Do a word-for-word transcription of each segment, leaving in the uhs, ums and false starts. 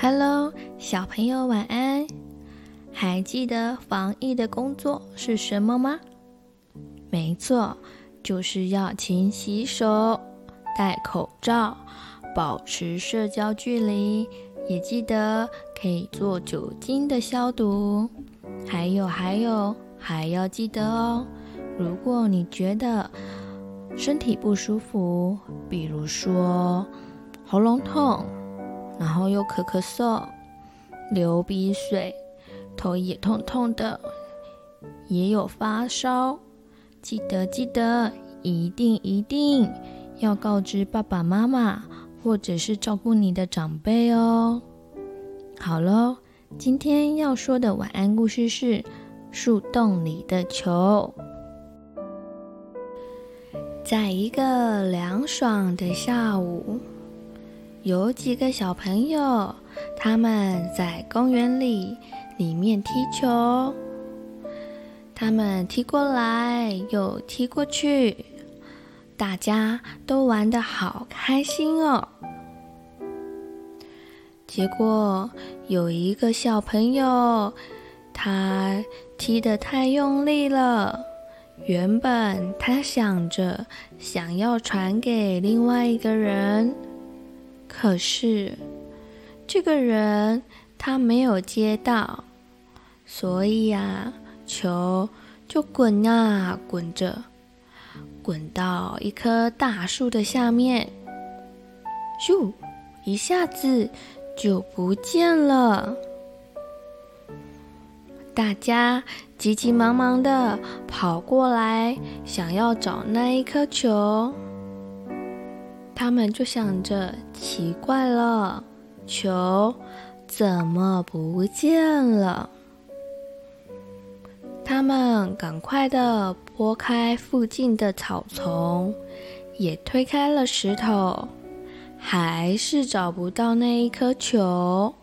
Hello， 小朋友晚安。还记得防疫的工作是什么吗？没错，就是要勤洗手、戴口罩、保持社交距离，也记得可以做酒精的消毒。还有还有，还要记得哦，如果你觉得身体不舒服，比如说喉咙痛，然后又咳咳嗽、流鼻水，头也痛痛的，也有发烧，记得记得，一定一定要告知爸爸妈妈，或者是照顾你的长辈哦。好咯，今天要说的晚安故事是树洞里的球。在一个凉爽的下午，有几个小朋友，他们在公园里里面踢球，他们踢过来又踢过去，大家都玩得好开心哦。结果有一个小朋友，他踢得太用力了，原本他想着想要传给另外一个人，可是这个人他没有接到，所以啊，球就滚啊滚着，滚到一棵大树的下面，咻，一下子就不见了。大家急急忙忙的跑过来，想要找那一颗球。他们就想着，奇怪了，球怎么不见了？他们赶快的拨开附近的草丛，也推开了石头，还是找不到那一颗球。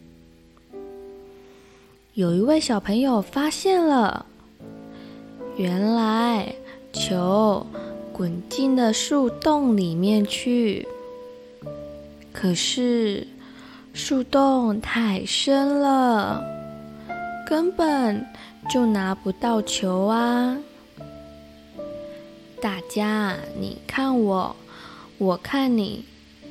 有一位小朋友发现了，原来球滚进了树洞里面去，可是树洞太深了，根本就拿不到球啊！大家你看我，我看你，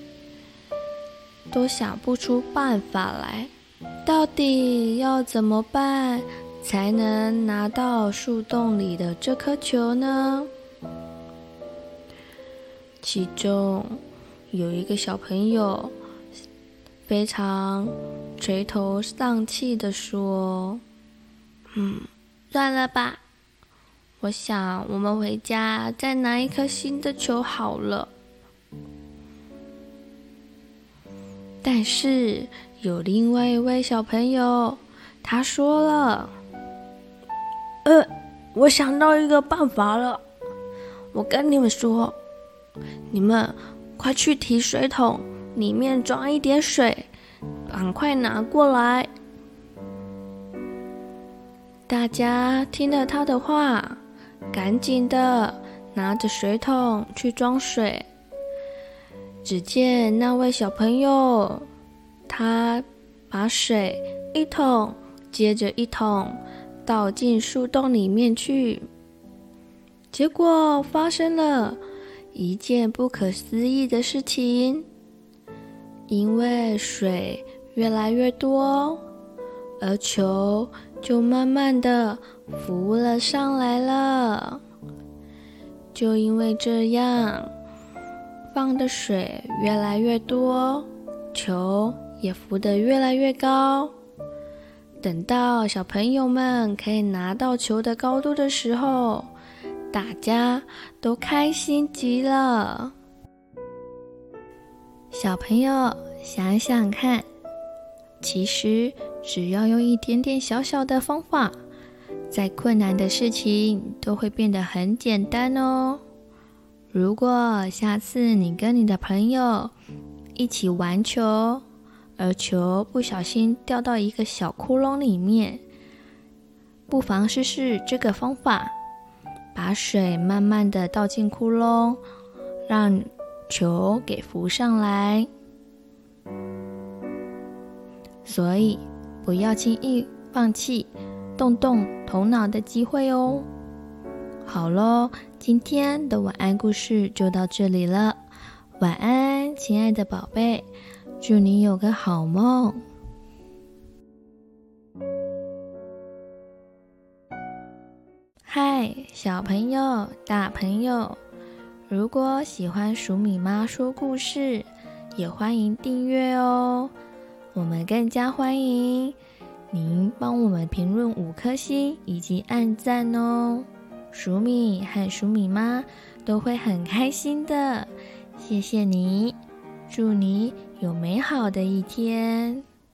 都想不出办法来，到底要怎么办才能拿到树洞里的这颗球呢？其中有一个小朋友非常垂头丧气地说，嗯，算了吧，我想我们回家再拿一颗新的球好了。但是有另外一位小朋友，他说了，呃，我想到一个办法了，我跟你们说，你们快去提水桶，里面装一点水，赶快拿过来。大家听了他的话，赶紧的拿着水桶去装水。只见那位小朋友，他把水一桶接着一桶倒进树洞里面去，结果发生了一件不可思议的事情，因为水越来越多，而球就慢慢的浮了上来了。就因为这样，放的水越来越多，球也浮得越来越高。等到小朋友们可以拿到球的高度的时候，大家都开心极了。小朋友想想看，其实只要用一点点小小的方法，再困难的事情都会变得很简单哦。如果下次你跟你的朋友一起玩球，而球不小心掉到一个小窟窿里面，不妨试试这个方法，把水慢慢的倒进窟窿，让球给浮上来。 所以不要轻易放弃动动头脑的机会哦。好咯，今天的晚安故事就到这里了。晚安，亲爱的宝贝，祝你有个好梦。嗨，小朋友、大朋友，如果喜欢黍米妈说故事，也欢迎订阅哦。我们更加欢迎您帮我们评论五颗星以及按赞哦。黍米和黍米妈都会很开心的，谢谢你，祝你有美好的一天。